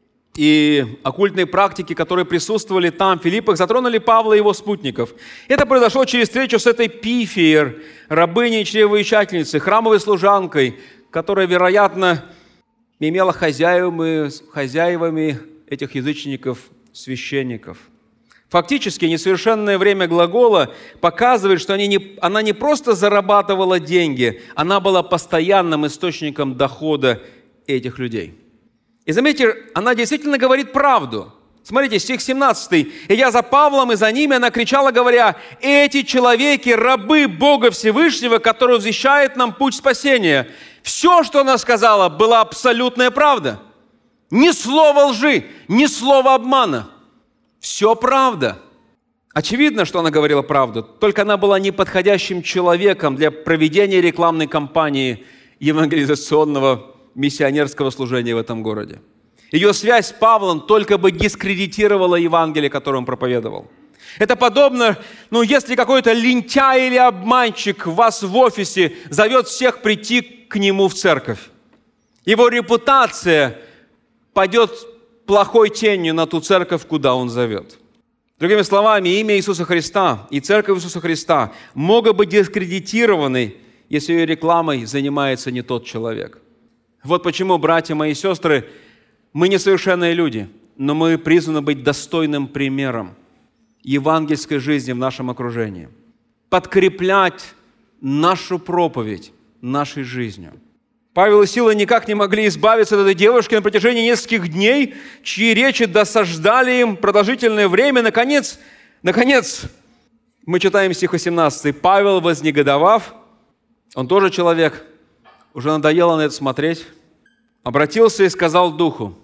и оккультные практики, которые присутствовали там, в Филиппах, затронули Павла и его спутников. Это произошло через встречу с этой Пифией, рабыней и чревоучательницей, храмовой служанкой, которая, вероятно, имела хозяевами, хозяевами этих язычников, священников. Фактически, несовершенное время глагола показывает, что они не, она не просто зарабатывала деньги, она была постоянным источником дохода этих людей. И заметьте, она действительно говорит правду. Смотрите, стих семнадцатый. «Идя за Павлом и за ними, она кричала, говоря, эти человеки, рабы Бога Всевышнего, который возвещает нам путь спасения». Все, что она сказала, была абсолютная правда. Ни слова лжи, ни слова обмана. Все правда. Очевидно, что она говорила правду, только она была неподходящим человеком для проведения рекламной кампании евангелизационного миссионерского служения в этом городе. Ее связь с Павлом только бы дискредитировала Евангелие, которое он проповедовал. Это подобно, ну, если какой-то лентяй или обманщик вас в офисе зовет всех прийти к нему в церковь. Его репутация падет плохой тенью на ту церковь, куда он зовет. Другими словами, имя Иисуса Христа и церковь Иисуса Христа могут быть дискредитированы, если ее рекламой занимается не тот человек. Вот почему, братья мои и сестры, мы несовершенные люди, но мы призваны быть достойным примером евангельской жизни в нашем окружении, подкреплять нашу проповедь нашей жизнью. Павел и Сила никак не могли избавиться от этой девушки на протяжении нескольких дней, чьи речи досаждали им продолжительное время. Наконец, наконец, мы читаем стих восемнадцатый. «Павел, вознегодовав, он тоже человек, уже надоело на это смотреть, обратился и сказал Духу,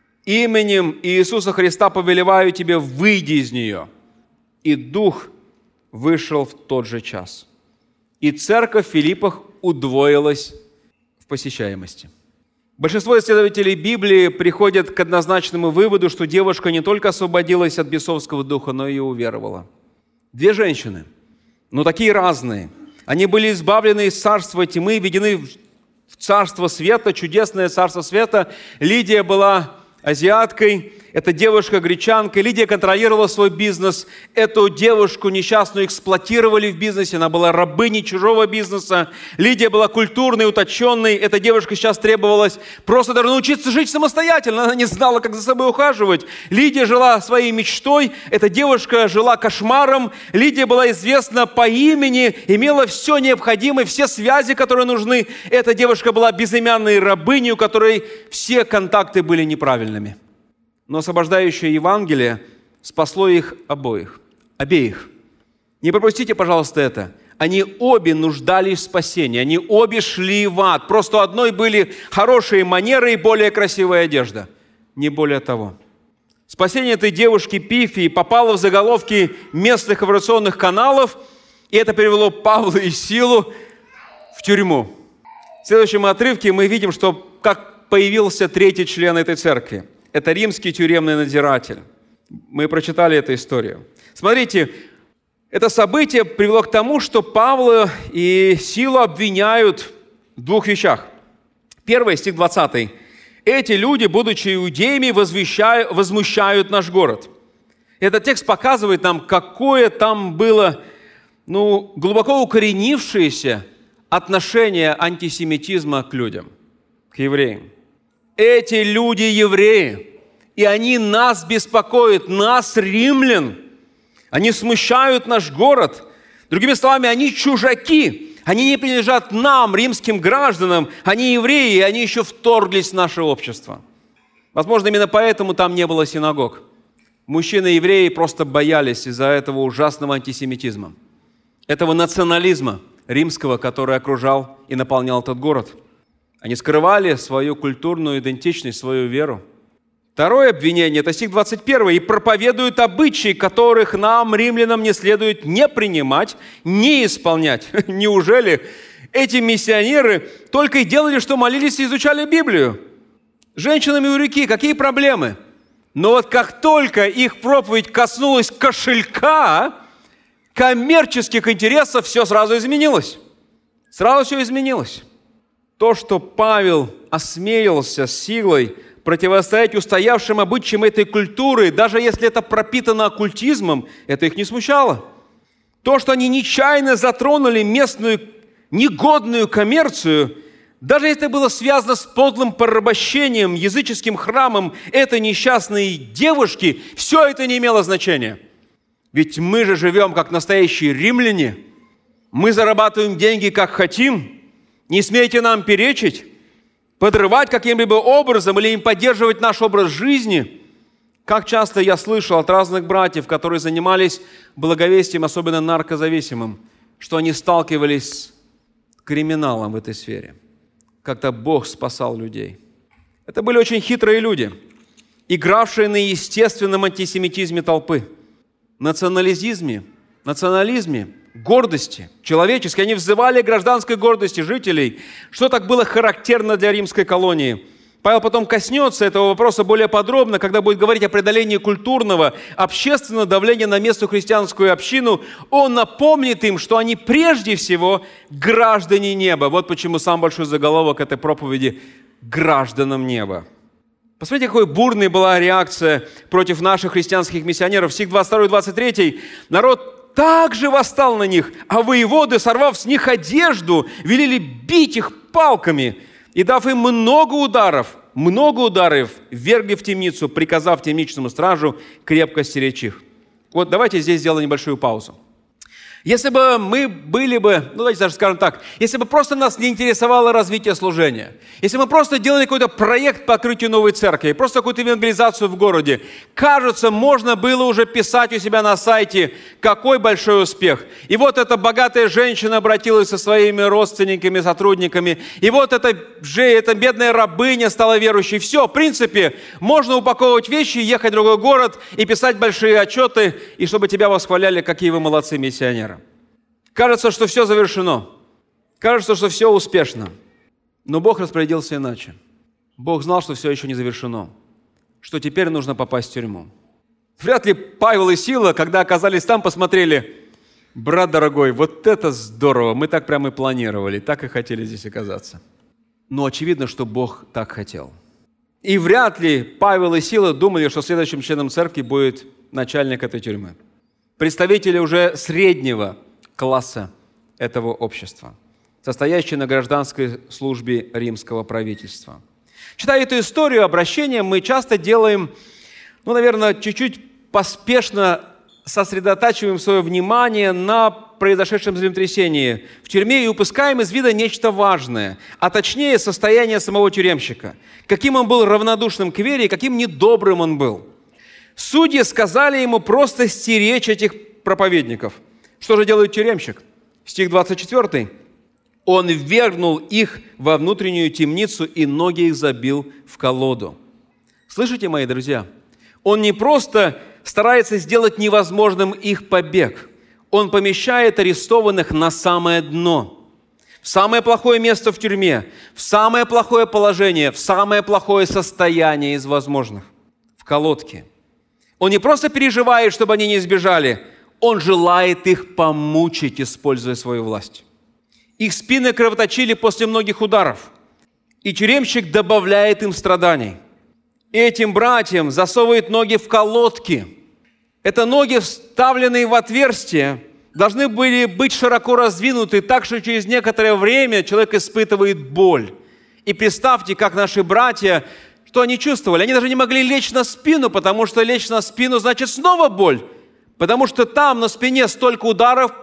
именем Иисуса Христа повелеваю тебе, выйди из нее. И Дух вышел в тот же час. И церковь в Филиппах удвоилась в посещаемости». Большинство исследователей Библии приходят к однозначному выводу, что девушка не только освободилась от бесовского духа, но и уверовала. Две женщины, но такие разные. Они были избавлены из царства тьмы, введены в царство света, чудесное царство света. Лидия была азиаткой, эта девушка гречанка. Лидия контролировала свой бизнес. Эту девушку несчастную эксплуатировали в бизнесе. Она была рабыней чужого бизнеса. Лидия была культурной, утонченной. Эта девушка сейчас требовалась просто даже научиться жить самостоятельно. Она не знала, как за собой ухаживать. Лидия жила своей мечтой. Эта девушка жила кошмаром. Лидия была известна по имени, имела все необходимое, все связи, которые нужны. Эта девушка была безымянной рабыней, у которой все контакты были неправильными. Но освобождающее Евангелие спасло их обоих, обеих. Не пропустите, пожалуйста, это. Они обе нуждались в спасении, они обе шли в ад. Просто у одной были хорошие манеры и более красивая одежда. Не более того. Спасение этой девушки Пифии попало в заголовки местных информационных каналов, и это привело Павла и Силу в тюрьму. В следующем отрывке мы видим, что как появился третий член этой церкви. Это римский тюремный надзиратель. Мы прочитали эту историю. Смотрите, это событие привело к тому, что Павла и Силу обвиняют в двух вещах. Первый, стих двадцатый. «Эти люди, будучи иудеями, возвещают, возмущают наш город». Этот текст показывает нам, какое там было ну, глубоко укоренившееся отношение антисемитизма к людям, к евреям. Эти люди евреи, и они нас беспокоят, нас, римлян. Они смущают наш город. Другими словами, они чужаки. Они не принадлежат нам, римским гражданам. Они евреи, и они еще вторглись в наше общество. Возможно, именно поэтому там не было синагог. Мужчины-евреи просто боялись из-за этого ужасного антисемитизма, этого национализма римского, который окружал и наполнял этот город. Они скрывали свою культурную идентичность, свою веру. Второе обвинение – это стих двадцать первый. «И проповедуют обычаи, которых нам, римлянам, не следует не принимать, не исполнять». Неужели эти миссионеры только и делали, что молились и изучали Библию? Женщинами у реки какие проблемы? Но вот как только их проповедь коснулась кошелька, коммерческих интересов, все сразу изменилось. Сразу все изменилось. То, что Павел осмелился силой противостоять устоявшим обычаям этой культуры, даже если это пропитано оккультизмом, это их не смущало. То, что они нечаянно затронули местную негодную коммерцию, даже если это было связано с подлым порабощением, языческим храмом этой несчастной девушки, все это не имело значения. Ведь мы же живем как настоящие римляне, мы зарабатываем деньги как хотим, не смейте нам перечить, подрывать каким-либо образом или им поддерживать наш образ жизни. Как часто я слышал от разных братьев, которые занимались благовестием, особенно наркозависимым, что они сталкивались с криминалом в этой сфере. Как-то Бог спасал людей. Это были очень хитрые люди, игравшие на естественном антисемитизме толпы, национализме, национализме, гордости человеческой. Они взывали к гражданской гордости жителей, что так было характерно для римской колонии. Павел потом коснется этого вопроса более подробно, когда будет говорить о преодолении культурного, общественного давления на местную христианскую общину. Он напомнит им, что они прежде всего граждане неба. Вот почему самый большой заголовок этой проповеди – «Гражданам неба». Посмотрите, какой бурной была реакция против наших христианских миссионеров. Стих двадцать второй двадцать третий. Народ также восстал на них, а воеводы, сорвав с них одежду, велели бить их палками и, дав им много ударов, много ударов, ввергли в темницу, приказав темничному стражу крепко стеречь их. Вот давайте здесь сделаем небольшую паузу. Если бы мы были бы, ну давайте даже скажем так, если бы просто нас не интересовало развитие служения, если бы мы просто делали какой-то проект по открытию новой церкви, просто какую-то евангелизацию в городе, кажется, можно было уже писать у себя на сайте, какой большой успех. И вот эта богатая женщина обратилась со своими родственниками, сотрудниками, и вот эта, же, эта бедная рабыня стала верующей. Все, в принципе, можно упаковывать вещи, ехать в другой город и писать большие отчеты, и чтобы тебя восхваляли, какие вы молодцы миссионеры. Кажется, что все завершено. Кажется, что все успешно. Но Бог распорядился иначе. Бог знал, что все еще не завершено. Что теперь нужно попасть в тюрьму. Вряд ли Павел и Сила, когда оказались там, посмотрели: брат дорогой, вот это здорово, мы так прямо и планировали, так и хотели здесь оказаться. Но очевидно, что Бог так хотел. И вряд ли Павел и Сила думали, что следующим членом церкви будет начальник этой тюрьмы. Представители уже среднего класса этого общества, состоящие на гражданской службе римского правительства. Читая эту историю обращения, мы часто делаем, ну, наверное, чуть-чуть поспешно сосредотачиваем свое внимание на произошедшем землетрясении в тюрьме и упускаем из вида нечто важное, а точнее состояние самого тюремщика. Каким он был равнодушным к вере и каким недобрым он был. Судьи сказали ему просто стеречь этих проповедников. Что же делает тюремщик? Стих двадцать четвёртый. Он ввергнул их во внутреннюю темницу и ноги их забил в колоду. Слышите, мои друзья? Он не просто старается сделать невозможным их побег. Он помещает арестованных на самое дно, в самое плохое место в тюрьме, в самое плохое положение, в самое плохое состояние из возможных, в колодке. Он не просто переживает, чтобы они не сбежали, он желает их помучить, используя свою власть. Их спины кровоточили после многих ударов, и тюремщик добавляет им страданий. Этим братьям засовывает ноги в колодки. Это ноги, вставленные в отверстие, должны были быть широко раздвинуты, так что через некоторое время человек испытывает боль. И представьте, как наши братья, что они чувствовали. Они даже не могли лечь на спину, потому что лечь на спину значит снова боль. Потому что там на спине столько ударов,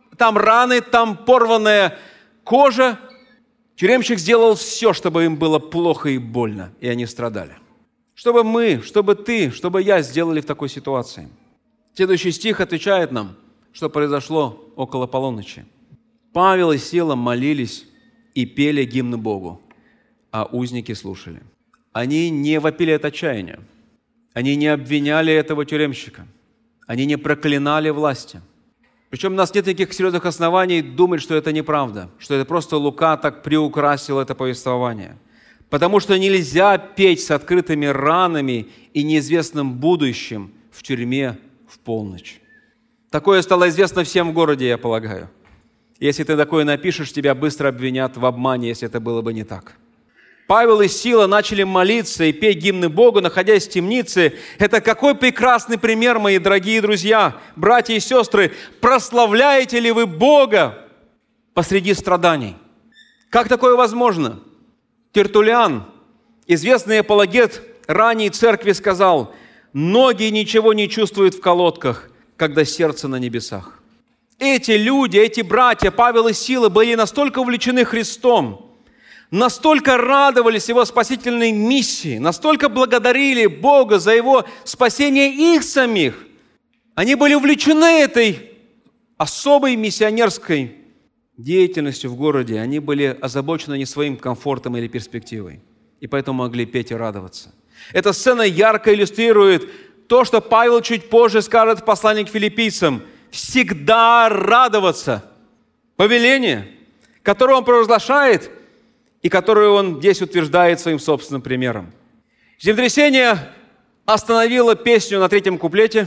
там раны, там порванная кожа. Тюремщик сделал все, чтобы им было плохо и больно, и они страдали. Чтобы мы, чтобы ты, чтобы я сделали в такой ситуации? Следующий стих отвечает нам, что произошло около полуночи. Павел и Сила молились и пели гимны Богу, а узники слушали. Они не вопили от отчаяния. Они не обвиняли этого тюремщика. Они не проклинали власти. Причем у нас нет никаких серьезных оснований думать, что это неправда, что это просто Лука так приукрасил это повествование. Потому что нельзя петь с открытыми ранами и неизвестным будущим в тюрьме в полночь. Такое стало известно всем в городе, я полагаю. Если ты такое напишешь, тебя быстро обвинят в обмане, если это было бы не так. Павел и Сила начали молиться и петь гимны Богу, находясь в темнице. Это какой прекрасный пример, мои дорогие друзья, братья и сестры. Прославляете ли вы Бога посреди страданий? Как такое возможно? Тертуллиан, известный апологет ранней церкви, сказал: «Ноги ничего не чувствуют в колодках, когда сердце на небесах». Эти люди, эти братья, Павел и Сила, были настолько увлечены Христом, настолько радовались Его спасительной миссии, настолько благодарили Бога за Его спасение их самих. Они были увлечены этой особой миссионерской деятельностью в городе. Они были озабочены не своим комфортом или перспективой, и поэтому могли петь и радоваться. Эта сцена ярко иллюстрирует то, что Павел чуть позже скажет в послании к филиппийцам: «Всегда радоваться». Повеление, которое он провозглашает и которое он здесь утверждает своим собственным примером. Землетрясение остановило песню на третьем куплете.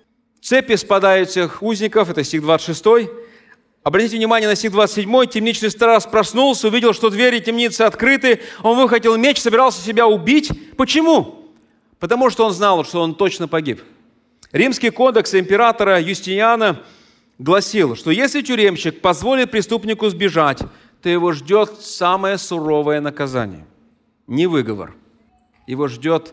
Цепи спадают всех узников, это стих двадцать шестой. Обратите внимание на стих двадцать седьмой. Темничный страж проснулся, увидел, что двери темницы открыты. Он выхватил меч, собирался себя убить. Почему? Потому что он знал, что он точно погиб. Римский кодекс императора Юстиниана гласил, что если тюремщик позволит преступнику сбежать, то его ждет самое суровое наказание. Не выговор. Его ждет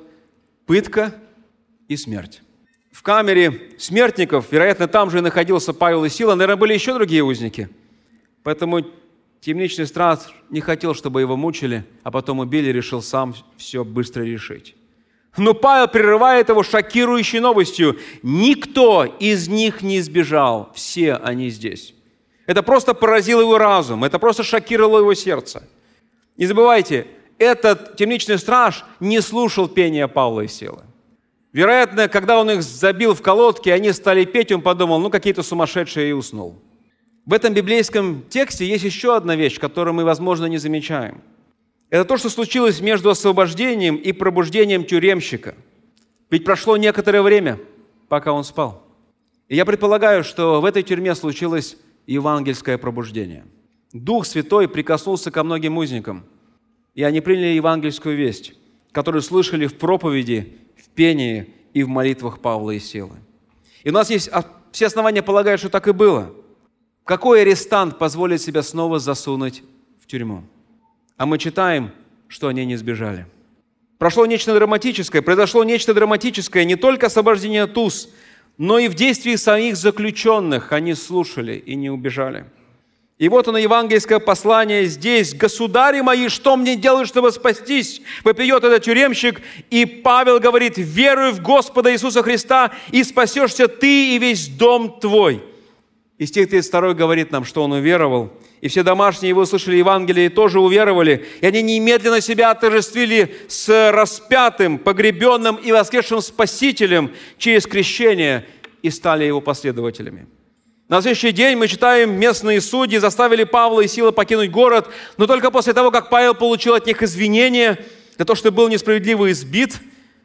пытка и смерть. В камере смертников, вероятно, там же и находился Павел и Сила, наверное, были еще другие узники. Поэтому темничный страж не хотел, чтобы его мучили, а потом убили, решил сам все быстро решить. Но Павел прерывает его шокирующей новостью: никто из них не сбежал, все они здесь. Это просто поразило его разум, это просто шокировало его сердце. Не забывайте, этот темничный страж не слушал пения Павла и Силы. Вероятно, когда он их забил в колодки, они стали петь, он подумал: ну какие-то сумасшедшие, и уснул. В этом библейском тексте есть еще одна вещь, которую мы, возможно, не замечаем. Это то, что случилось между освобождением и пробуждением тюремщика. Ведь прошло некоторое время, пока он спал. И я предполагаю, что в этой тюрьме случилось евангельское пробуждение. Дух Святой прикоснулся ко многим узникам, и они приняли евангельскую весть, которую слышали в проповеди, в пении и в молитвах Павла и Силы. И у нас есть все основания полагать, что так и было. Какой арестант позволит себя снова засунуть в тюрьму? А мы читаем, что они не сбежали. Прошло нечто драматическое, произошло нечто драматическое, не только освобождение от уз, но и в действии самих заключенных. Они слушали и не убежали. И вот оно, евангельское послание здесь. «Государи мои, что мне делать, чтобы спастись?» Вопиет этот тюремщик, и Павел говорит: «Веруй в Господа Иисуса Христа, и спасешься ты и весь дом твой». И стих тридцать второй говорит нам, что он уверовал. И все домашние его слышали Евангелие и тоже уверовали. И они немедленно себя отождествили с распятым, погребенным и воскресшим Спасителем через крещение и стали его последователями. На следующий день мы читаем, местные судьи заставили Павла и Силу покинуть город, но только после того, как Павел получил от них извинения за то, что был несправедливо избит.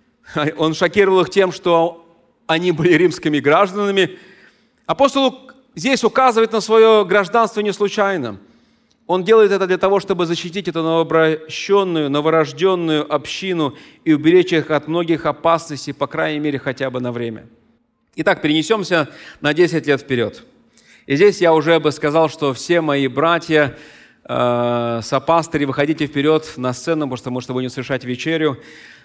Он шокировал их тем, что они были римскими гражданами. Апостол здесь указывает на свое гражданство не случайно. Он делает это для того, чтобы защитить эту новообращенную, новорожденную общину и уберечь их от многих опасностей, по крайней мере, хотя бы на время. Итак, перенесемся на десять лет вперед. И здесь я уже бы сказал, что все мои братья, э, сопастыри, выходите вперед на сцену, потому что мы с тобой будем совершать вечерю.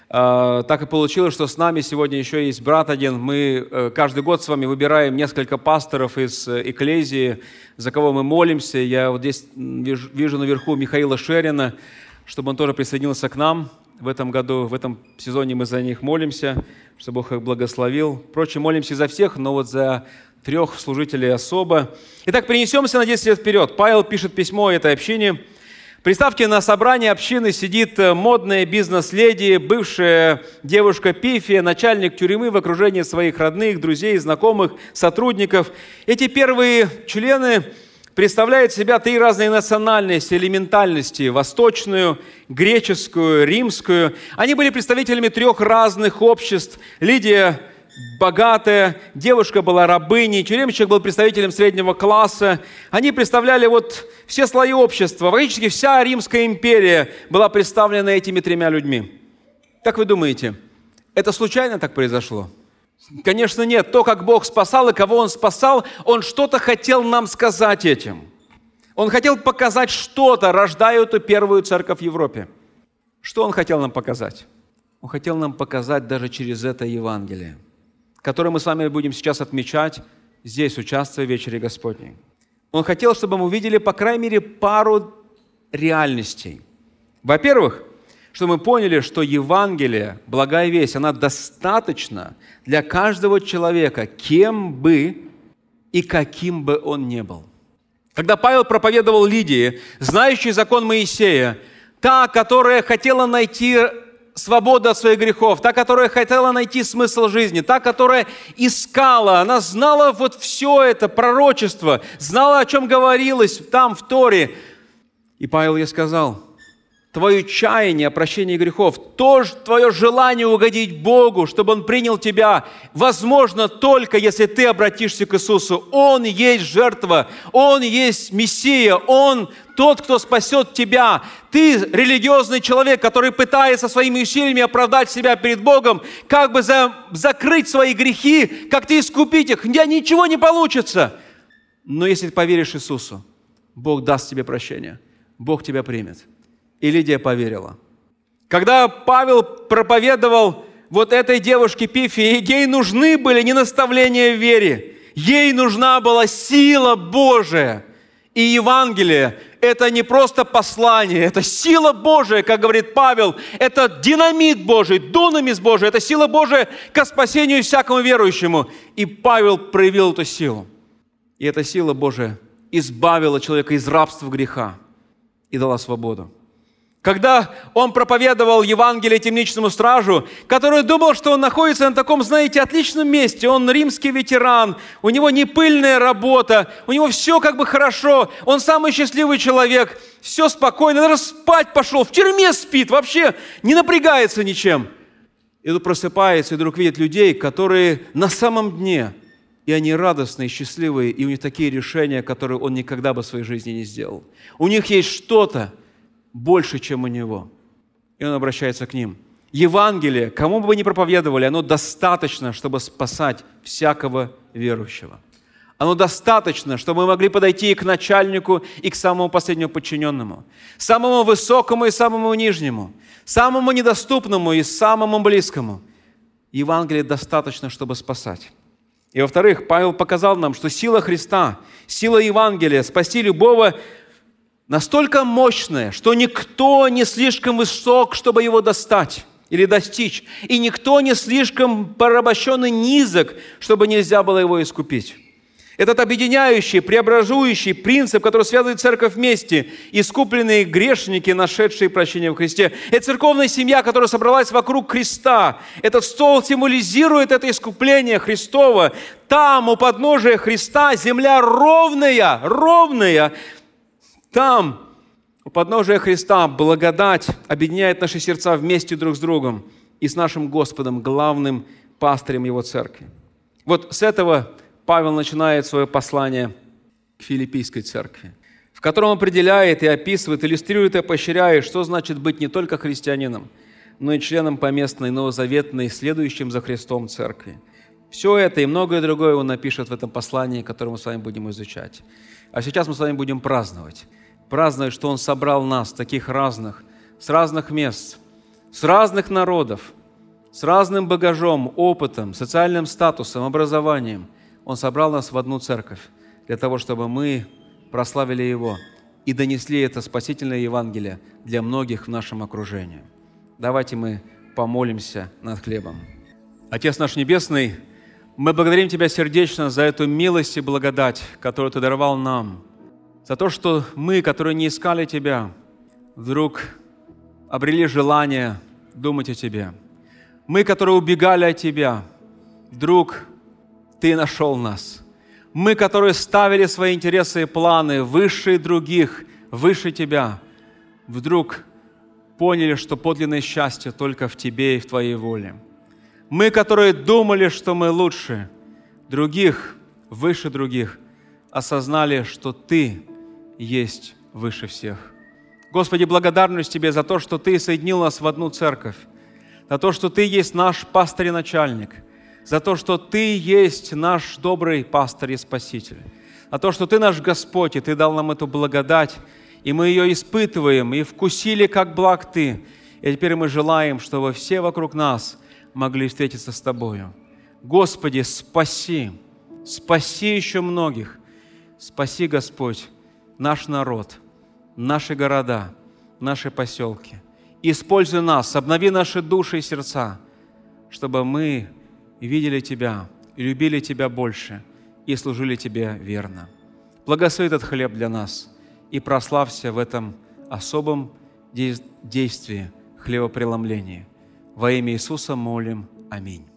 Так и получилось, что с нами сегодня еще есть брат один. Мы каждый год с вами выбираем несколько пасторов из экклезии, за кого мы молимся. Я вот здесь вижу наверху Михаила Шерина, чтобы он тоже присоединился к нам. В этом году, в этом сезоне мы за них молимся, чтобы Бог их благословил. Впрочем, молимся за всех, но вот за трех служителей особо. Итак, перенесемся на десять лет вперед. Павел пишет письмо этой общине. Представьте, на собрании общины сидит модная бизнес-леди, бывшая девушка Пифия, начальник тюрьмы в окружении своих родных, друзей, знакомых, сотрудников. Эти первые члены представляют себя три разные национальности или ментальности – восточную, греческую, римскую. Они были представителями трех разных обществ. Лидия – богатая, девушка была рабыней, тюремщик был представителем среднего класса. Они представляли вот все слои общества. Фактически вся Римская империя была представлена этими тремя людьми. Как вы думаете, это случайно так произошло? Конечно, нет. То, как Бог спасал и кого Он спасал, Он что-то хотел нам сказать этим. Он хотел показать что-то, рождая эту первую церковь в Европе. Что Он хотел нам показать? Он хотел нам показать даже через это Евангелие, которое мы с вами будем сейчас отмечать здесь, участвуя в вечере Господней. Он хотел, чтобы мы увидели, по крайней мере, пару реальностей. Во-первых, чтобы мы поняли, что Евангелие, благая весть, она достаточна для каждого человека, кем бы и каким бы он ни был. Когда Павел проповедовал Лидии, знающей закон Моисея, та, которая хотела найти свободу от своих грехов, та, которая хотела найти смысл жизни, та, которая искала, она знала вот все это пророчество, знала, о чем говорилось там, в Торе. И Павел ей сказал: твое чаяние о прощении грехов, то твое желание угодить Богу, чтобы Он принял тебя, возможно только, если ты обратишься к Иисусу. Он есть жертва, Он есть Мессия, Он тот, кто спасет тебя. Ты религиозный человек, который пытается своими усилиями оправдать себя перед Богом, как бы за, закрыть свои грехи, как-то искупить их. У тебя ничего не получится. Но если ты поверишь Иисусу, Бог даст тебе прощение, Бог тебя примет. И Лидия поверила. Когда Павел проповедовал вот этой девушке Пифии, ей нужны были не наставления в вере, ей нужна была сила Божия. И Евангелие – это не просто послание, это сила Божия, как говорит Павел, это динамит Божий, дунамис Божий, это сила Божия ко спасению всякому верующему. И Павел проявил эту силу. И эта сила Божия избавила человека из рабства греха и дала свободу. Когда он проповедовал Евангелие темничному стражу, который думал, что он находится на таком, знаете, отличном месте, он римский ветеран, у него не пыльная работа, у него все как бы хорошо, он самый счастливый человек, все спокойно, даже спать пошел, в тюрьме спит, вообще не напрягается ничем. И тут просыпается и вдруг видит людей, которые на самом дне, и они радостные, счастливые, и у них такие решения, которые он никогда бы в своей жизни не сделал. У них есть что-то больше, чем у него. И он обращается к ним. Евангелие, кому бы вы ни проповедовали, оно достаточно, чтобы спасать всякого верующего. Оно достаточно, чтобы мы могли подойти и к начальнику, и к самому последнему подчиненному, самому высокому и самому нижнему, самому недоступному и самому близкому. Евангелие достаточно, чтобы спасать. И во-вторых, Павел показал нам, что сила Христа, сила Евангелия спасти любого настолько мощная, что никто не слишком высок, чтобы его достать или достичь, и никто не слишком порабощен и низок, чтобы нельзя было его искупить. Этот объединяющий, преобразующий принцип, который связывает церковь вместе, искупленные грешники, нашедшие прощение в Христе. Это церковная семья, которая собралась вокруг креста. Этот стол символизирует это искупление Христово. Там, у подножия Христа, земля ровная, ровная. Там, у подножия Христа, благодать объединяет наши сердца вместе друг с другом и с нашим Господом, главным пастырем Его церкви. Вот с этого Павел начинает свое послание к филиппийской церкви, в котором определяет и описывает, иллюстрирует и поощряет, что значит быть не только христианином, но и членом поместной, новозаветной, следующим за Христом церкви. Все это и многое другое он напишет в этом послании, которое мы с вами будем изучать. А сейчас мы с вами будем праздновать. Праздновать, что Он собрал нас, таких разных, с разных мест, с разных народов, с разным багажом, опытом, социальным статусом, образованием. Он собрал нас в одну церковь для того, чтобы мы прославили Его и донесли это спасительное Евангелие для многих в нашем окружении. Давайте мы помолимся над хлебом. Отец наш Небесный, мы благодарим Тебя сердечно за эту милость и благодать, которую Ты даровал нам, за то, что мы, которые не искали Тебя, вдруг обрели желание думать о Тебе. Мы, которые убегали от Тебя, вдруг Ты нашел нас. Мы, которые ставили свои интересы и планы выше других, выше Тебя, вдруг поняли, что подлинное счастье только в Тебе и в Твоей воле. Мы, которые думали, что мы лучше других, выше других, осознали, что Ты есть выше всех. Господи, благодарность Тебе за то, что Ты соединил нас в одну церковь, за то, что Ты есть наш пастырь и начальник, за то, что Ты есть наш добрый пастырь и спаситель, за то, что Ты наш Господь, и Ты дал нам эту благодать, и мы ее испытываем, и вкусили, как благ Ты. И теперь мы желаем, чтобы все вокруг нас могли встретиться с Тобою. Господи, спаси, спаси еще многих. Спаси, Господь, наш народ, наши города, наши поселки. Используй нас, обнови наши души и сердца, чтобы мы видели Тебя, и любили Тебя больше, и служили Тебе верно. Благослови этот хлеб для нас, и прославься в этом особом действии хлебопреломления. Во имя Иисуса молим. Аминь.